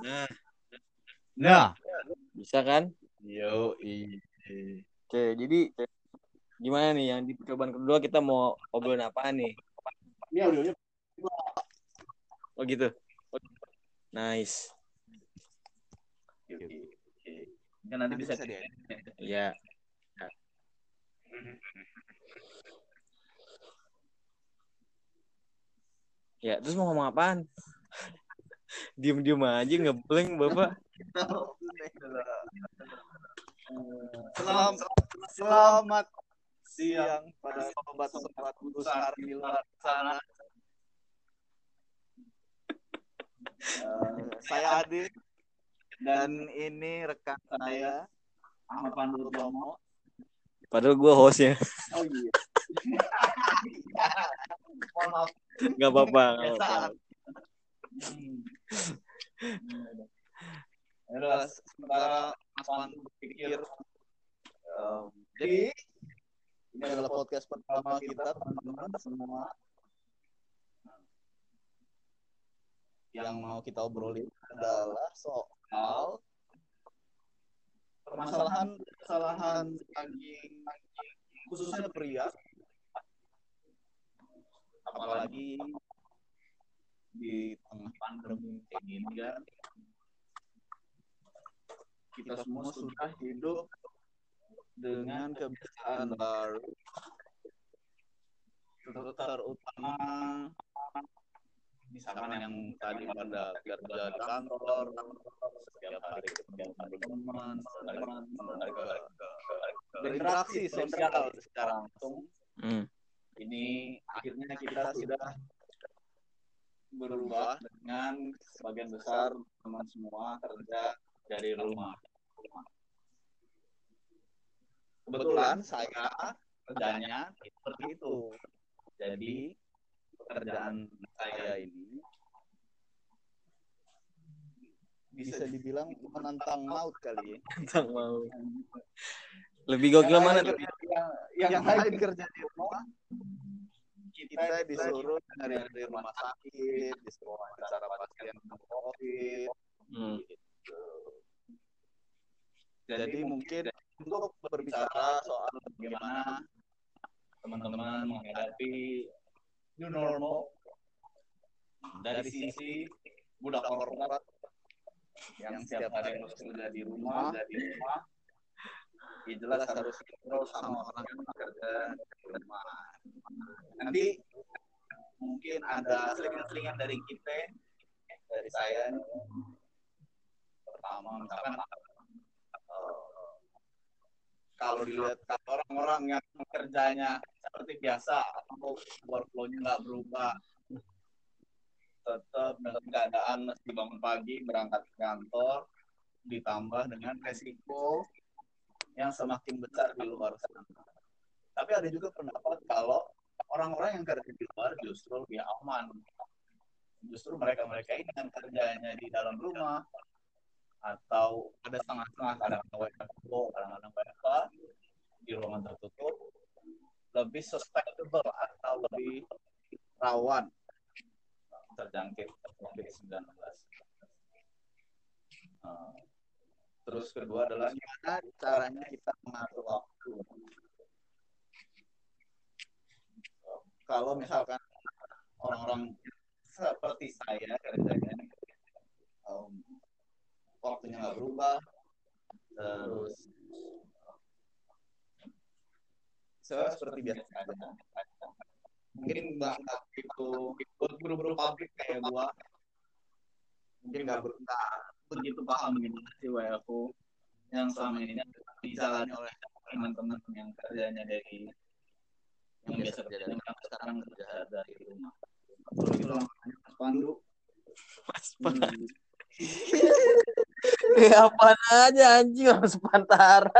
Nah, Nah, bisa kan? yo, Oke, jadi gimana nih yang di percobaan kedua kita mau obrolin apaan nih? ini audionya. Oh gitu. Nice. Oke. Kan nanti bisa diedit. Ya. Ya, terus mau ngomong apaan? Diem-diem aja ngeblank, Bapak. Selamat, selamat siang pada sobat-sobat besar di luar sana. Saya Adi dan ini rekan saya Ahmad Pandu Tomo. Padahal gue hostnya. Oh iya. Mohon maaf. Gak apa-apa, gak apa-apa. Adalah sementara Mas Pandu berpikir, jadi ini adalah podcast pertama kita, teman-teman semua. Yang mau kita obrolin adalah soal permasalahan daging, khususnya pria, apalagi di tengah pandemi kayak gini kan, kita semua sudah hidup dengan kebiasaan baru, terutama misalkan yang tadi pada kerja di kantor setiap hari ketemu teman-teman, berinteraksi sosial secara langsung. Ini akhirnya kita sudah berubah dengan sebagian besar teman semua kerja dari rumah. Kebetulan saya kerjanya seperti itu. Jadi pekerjaan saya ini bisa dibilang menantang maut kali ya. Menantang maut. Lebih gokil mana tuh? Yang lain kerja di rumah, kita disuruh dari rumah sakit, disuruh wawancara pasien COVID. Gitu. Jadi mungkin untuk berbicara soal bagaimana teman-teman menghadapi new normal dari sisi budak korporat yang setiap hari harus kerja di rumah, ya jelas harus terus sama orang yang bekerja di rumah. Nanti mungkin ada selingan-selingan dari kita, dari saya. Pertama, misalkan kalau dilihat orang-orang yang kerjanya seperti biasa atau workflow-nya nggak berubah, tetap dalam keadaan mesti bangun pagi berangkat ke kantor, ditambah dengan resiko yang semakin besar di luar sana. Tapi ada juga pendapat kalau orang-orang yang kerja di luar justru lebih aman. Justru mereka-mereka ini yang kerjanya di dalam rumah atau ada setengah-setengah, kadang-kadang WFO, kadang-kadang WFH di ruangan tertutup, lebih susceptible atau lebih rawan terjangkit COVID-19. Terus kedua adalah gimana caranya kita mengatur waktu. Kalau misalkan orang-orang seperti saya kerjanya waktunya nggak berubah, terus saya seperti biasa aja. Mungkin nggak itu buru-buru pabrik kayak gua, mungkin nggak begitu paham gimana sih WFO yang selama ini dijalani oleh teman-teman yang kerjanya dari yang biasa kerja dari kantor sekarang kerja dari rumah. Kalau gitu langsung aja Mas Pandu. Mas Pandu. Apaan aja anjing Mas Pantara.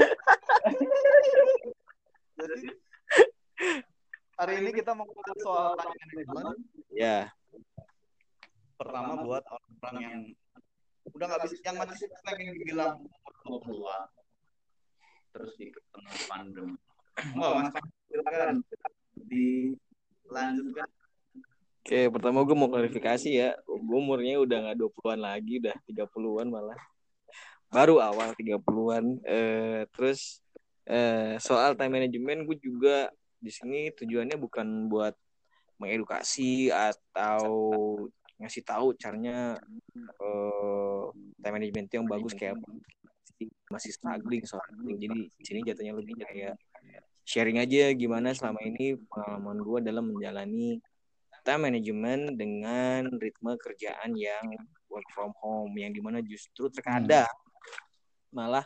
Jadi hari ini kita mau bahas soal time management. Ya. Pertama buat orang-orang yang udah nggak bisa, yang masih pengen dibilang 20-an, terus di tengah pandemi. Enggak, Mas, silakan dilanjutkan. Oke, pertama gue mau klarifikasi ya. Gue umurnya udah nggak 20-an lagi, udah 30-an malah. Baru awal 30-an. Terus soal time management gue juga di sini tujuannya bukan buat mengedukasi atau ngasih tahu caranya time management yang bagus kayak apa. Masih struggling soalnya. Jadi di sini jatuhnya lebih kayak sharing aja gimana selama ini pengalaman gue dalam menjalani time management dengan ritme kerjaan yang work from home, yang dimana justru terkadang malah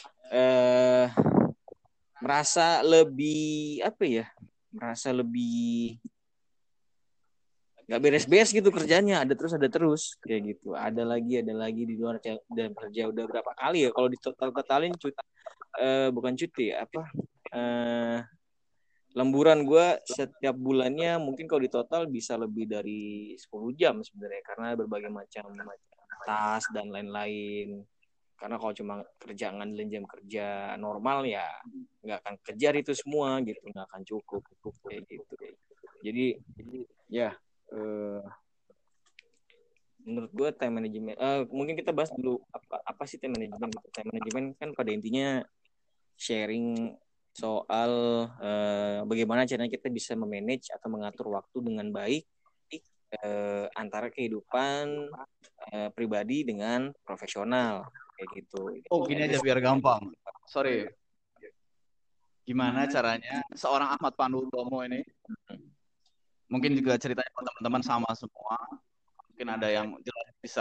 merasa lebih apa ya, merasa lebih nggak beres-beres gitu kerjanya, ada terus kayak gitu, ada lagi di luar, dan kerja udah berapa kali ya kalau ditotal-totalin bukan cuti apa lemburan gue setiap bulannya mungkin kalau di total bisa lebih dari 10 jam sebenarnya, karena berbagai macam tas dan lain-lain. Karena kalau cuma kerja ngandelin jam kerja normal ya nggak akan kejar itu semua gitu, nggak akan cukup kayak gitu. Jadi ya menurut gue time management, mungkin kita bahas dulu apa sih time management gitu. Time management kan pada intinya sharing soal bagaimana caranya kita bisa memanage atau mengatur waktu dengan baik antara kehidupan pribadi dengan profesional kayak gitu. Oh, gini aja biar gampang. Sorry. Gimana caranya seorang Ahmad Pandu Utomo ini, mungkin juga ceritanya teman-teman sama semua. Mungkin ada yang jelas bisa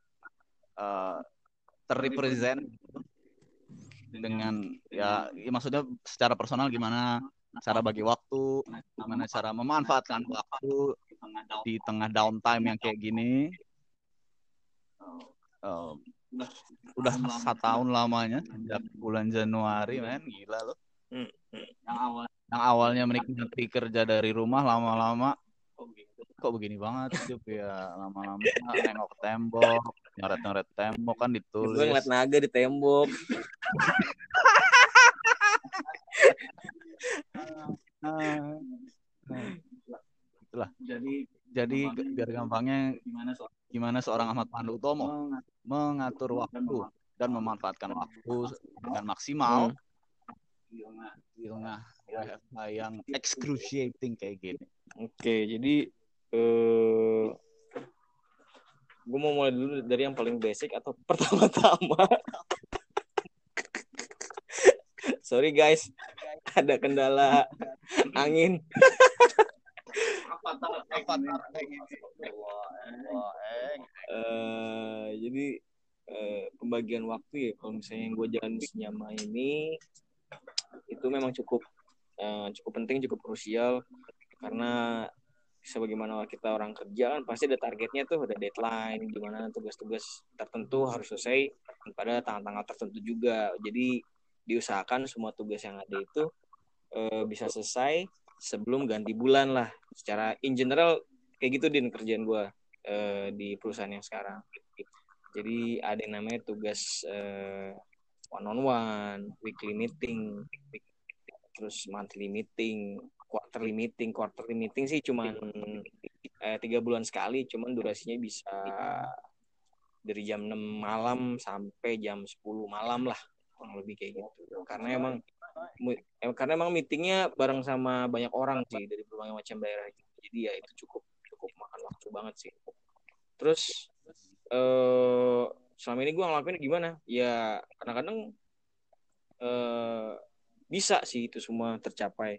terrepresent dengan ya maksudnya secara personal gimana cara bagi waktu, gimana cara memanfaatkan waktu di tengah downtime yang kayak gini. Udah 1 tahun lamanya sejak bulan Januari, men, gila loh. Yang awalnya menikmati kerja dari rumah, lama-lama kok begini banget hidup ya, lama-lama nengok tembok, nyoret-nyoret tembok kan ditulis. Gue ngeliat naga di tembok. Itulah. Jadi biar gampangnya gimana seorang Ahmad Pandu Utomo mengatur waktu dan memanfaatkan waktu dengan maksimal di tengah WFH yang excruciating kayak gini. Oke, jadi gue mau mulai dulu dari yang paling basic atau pertama-tama. Sorry guys, ada kendala angin. Jadi pembagian waktu ya, kalau misalnya yang gue jalan senyama ini itu memang cukup penting, cukup krusial, karena sebagaimana kita orang kerja kan pasti ada targetnya tuh, ada deadline, gimana tugas-tugas tertentu harus selesai pada tanggal-tanggal tertentu juga. Jadi diusahakan semua tugas yang ada itu bisa selesai sebelum ganti bulan lah. Secara in general kayak gitu din kerjaan gue di perusahaan yang sekarang. Jadi ada yang namanya tugas one on one, weekly meeting, terus monthly meeting, quarterly meeting sih cuman 3 bulan sekali, cuman durasinya bisa dari jam 6 malam sampai jam 10 malam lah, kurang lebih kayak gitu. Karena emang meetingnya bareng sama banyak orang sih dari berbagai macam daerah. Jadi ya itu cukup makan waktu banget sih. Terus selama ini gue ngelakuin gimana? Ya kadang-kadang bisa sih itu semua tercapai.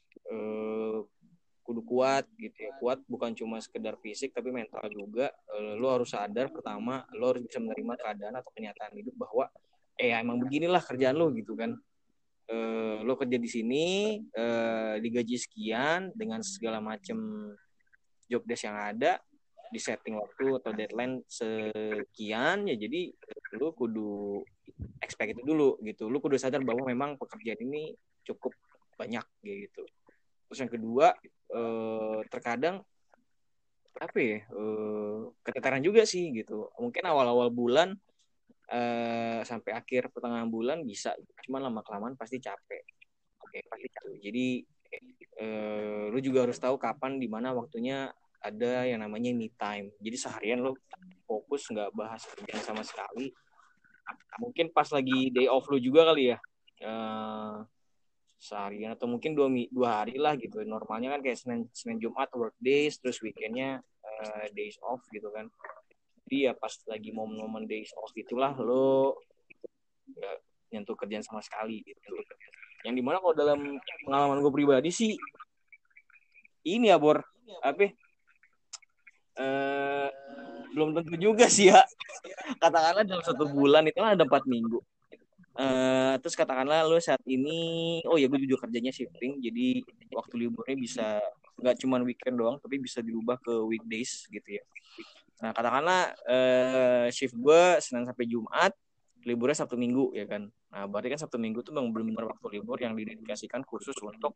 Kudu kuat gitu ya. Kuat bukan cuma sekedar fisik tapi mental juga. Lo harus sadar, pertama lo harus bisa menerima keadaan atau kenyataan hidup bahwa emang beginilah kerjaan lo gitu kan. Lo kerja di sini digaji sekian dengan segala macam job desk yang ada, di setting waktu atau deadline sekian ya, jadi lu kudu expect itu dulu gitu. Lu kudu sadar bahwa memang pekerjaan ini cukup banyak gitu. Terus yang kedua terkadang apa ya, keteteran juga sih gitu. Mungkin awal-awal bulan sampai akhir pertengahan bulan bisa, cuma lama-kelamaan pasti capek. Oke, pasti capek. Jadi lu juga harus tahu kapan di mana waktunya ada yang namanya me time. Jadi seharian lo fokus nggak bahas kerjaan sama sekali. Mungkin pas lagi day off lo juga kali ya, seharian atau mungkin 2 hari lah gitu. Normalnya kan kayak Senin Jumat work days, terus weekendnya days off gitu kan. Jadi ya pas lagi momen-momen days off itulah lo nggak nyentuh kerjaan sama sekali gitu. Yang dimana kalau dalam pengalaman gue pribadi sih ini ya Bor, apa belum tentu juga sih ya. Katakanlah dalam 1 bulan itu kan ada 4 minggu. Terus katakanlah lo saat ini, oh ya gue jujur kerjanya shifting, jadi waktu liburnya bisa nggak cuma weekend doang, tapi bisa dirubah ke weekdays gitu ya. Nah katakanlah shift gue Senin sampai Jumat, liburnya Sabtu Minggu ya kan. Nah berarti kan Sabtu Minggu tuh bang benar-benar waktu libur yang didedikasikan khusus untuk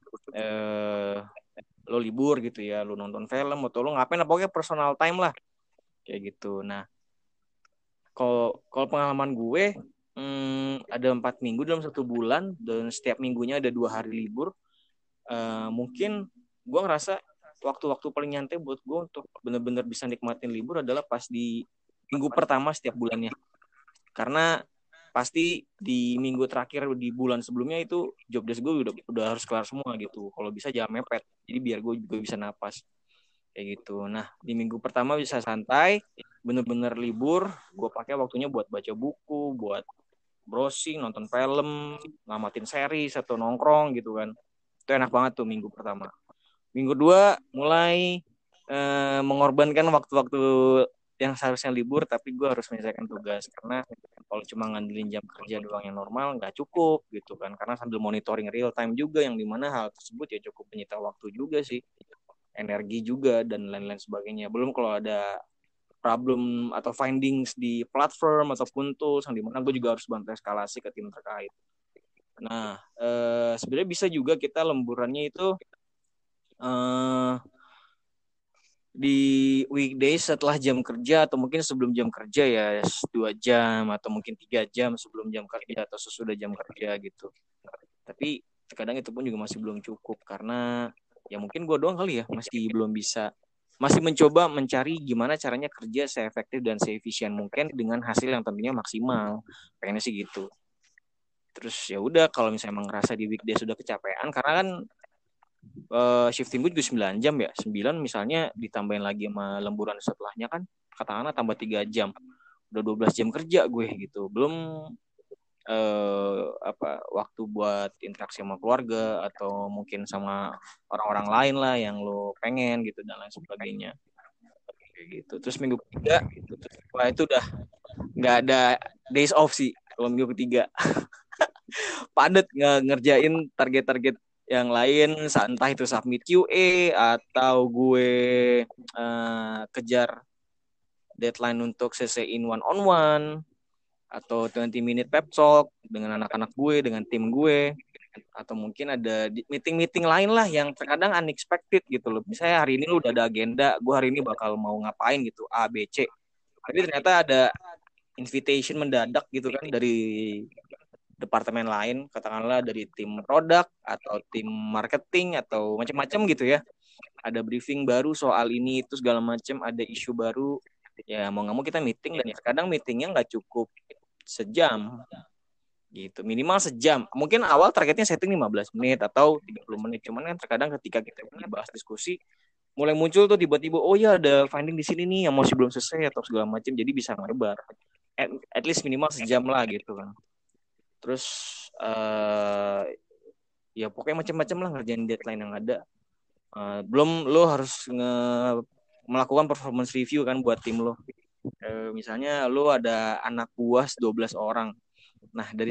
lo libur gitu ya, lo nonton film atau lo ngapain, pokoknya personal time lah kayak gitu. Nah kalau pengalaman gue ada 4 minggu dalam 1 bulan dan setiap minggunya ada 2 hari libur. Mungkin gue ngerasa waktu-waktu paling nyantai buat gue untuk benar-benar bisa nikmatin libur adalah pas di minggu pertama setiap bulannya. Karena pasti di minggu terakhir di bulan sebelumnya itu job desk gue udah harus kelar semua gitu. Kalau bisa jangan mepet. Jadi biar gue juga bisa napas kayak gitu. Nah di minggu pertama bisa santai, bener-bener libur. Gue pakai waktunya buat baca buku, buat browsing, nonton film, ngamatin series atau nongkrong gitu kan. Itu enak banget tuh minggu pertama. Minggu 2 mulai mengorbankan waktu-waktu yang seharusnya libur, tapi gue harus menyelesaikan tugas karena kalau cuma ngandelin jam kerja doang yang normal nggak cukup gitu kan, karena sambil monitoring real time juga yang dimana hal tersebut ya cukup menyita waktu juga sih, energi juga dan lain-lain sebagainya. Belum kalau ada problem atau findings di platform ataupun tools yang dimana gue juga harus bantu eskalasi ke tim terkait. Nah sebenarnya bisa juga kita lemburannya itu di weekdays setelah jam kerja atau mungkin sebelum jam kerja ya 2 jam atau mungkin 3 jam sebelum jam kerja atau sesudah jam kerja gitu. Tapi terkadang itu pun juga masih belum cukup karena ya mungkin gue doang kali ya masih belum bisa, masih mencoba mencari gimana caranya kerja seefektif dan seefisien mungkin dengan hasil yang tentunya maksimal. Pengennya sih gitu. Terus ya udah kalau misalnya emang ngerasa di weekday sudah kecapean karena kan shifting gue juga 9 jam ya. 9 misalnya ditambahin lagi sama lemburan setelahnya kan katakanlah tambah 3 jam. Udah 12 jam kerja gue gitu. Belum waktu buat interaksi sama keluarga atau mungkin sama orang-orang lain lah yang lo pengen gitu dan lain sebagainya kayak gitu. Terus minggu ketiga wah itu udah nggak ada days off sih kalau minggu ketiga. Padet ngerjain target-target yang lain, entah itu submit QA atau gue kejar deadline untuk selesaiin one-on-one atau 20-minute pep talk dengan anak-anak gue, dengan tim gue, atau mungkin ada meeting-meeting lain lah yang terkadang unexpected gitu loh. Misalnya hari ini lu udah ada agenda, gue hari ini bakal mau ngapain gitu, A, B, C. Tapi ternyata ada invitation mendadak gitu kan dari departemen lain, katakanlah dari tim produk atau tim marketing atau macam-macam gitu ya. Ada briefing baru soal ini itu segala macam, ada isu baru. Ya mau nggak mau kita meeting dan terkadang meetingnya nggak cukup sejam gitu, minimal sejam. Mungkin awal targetnya setting 15 menit atau 30 menit. Cuman kan terkadang ketika kita bahas diskusi mulai muncul tuh tiba-tiba oh ya ada finding di sini nih yang masih belum selesai atau segala macam, jadi bisa melebar. At least minimal sejam lah gitu kan. Terus ya pokoknya macam-macam lah ngerjain deadline yang ada. Belum lo harus melakukan performance review kan buat tim lo. Misalnya lo ada anak buah 12 orang. Nah dari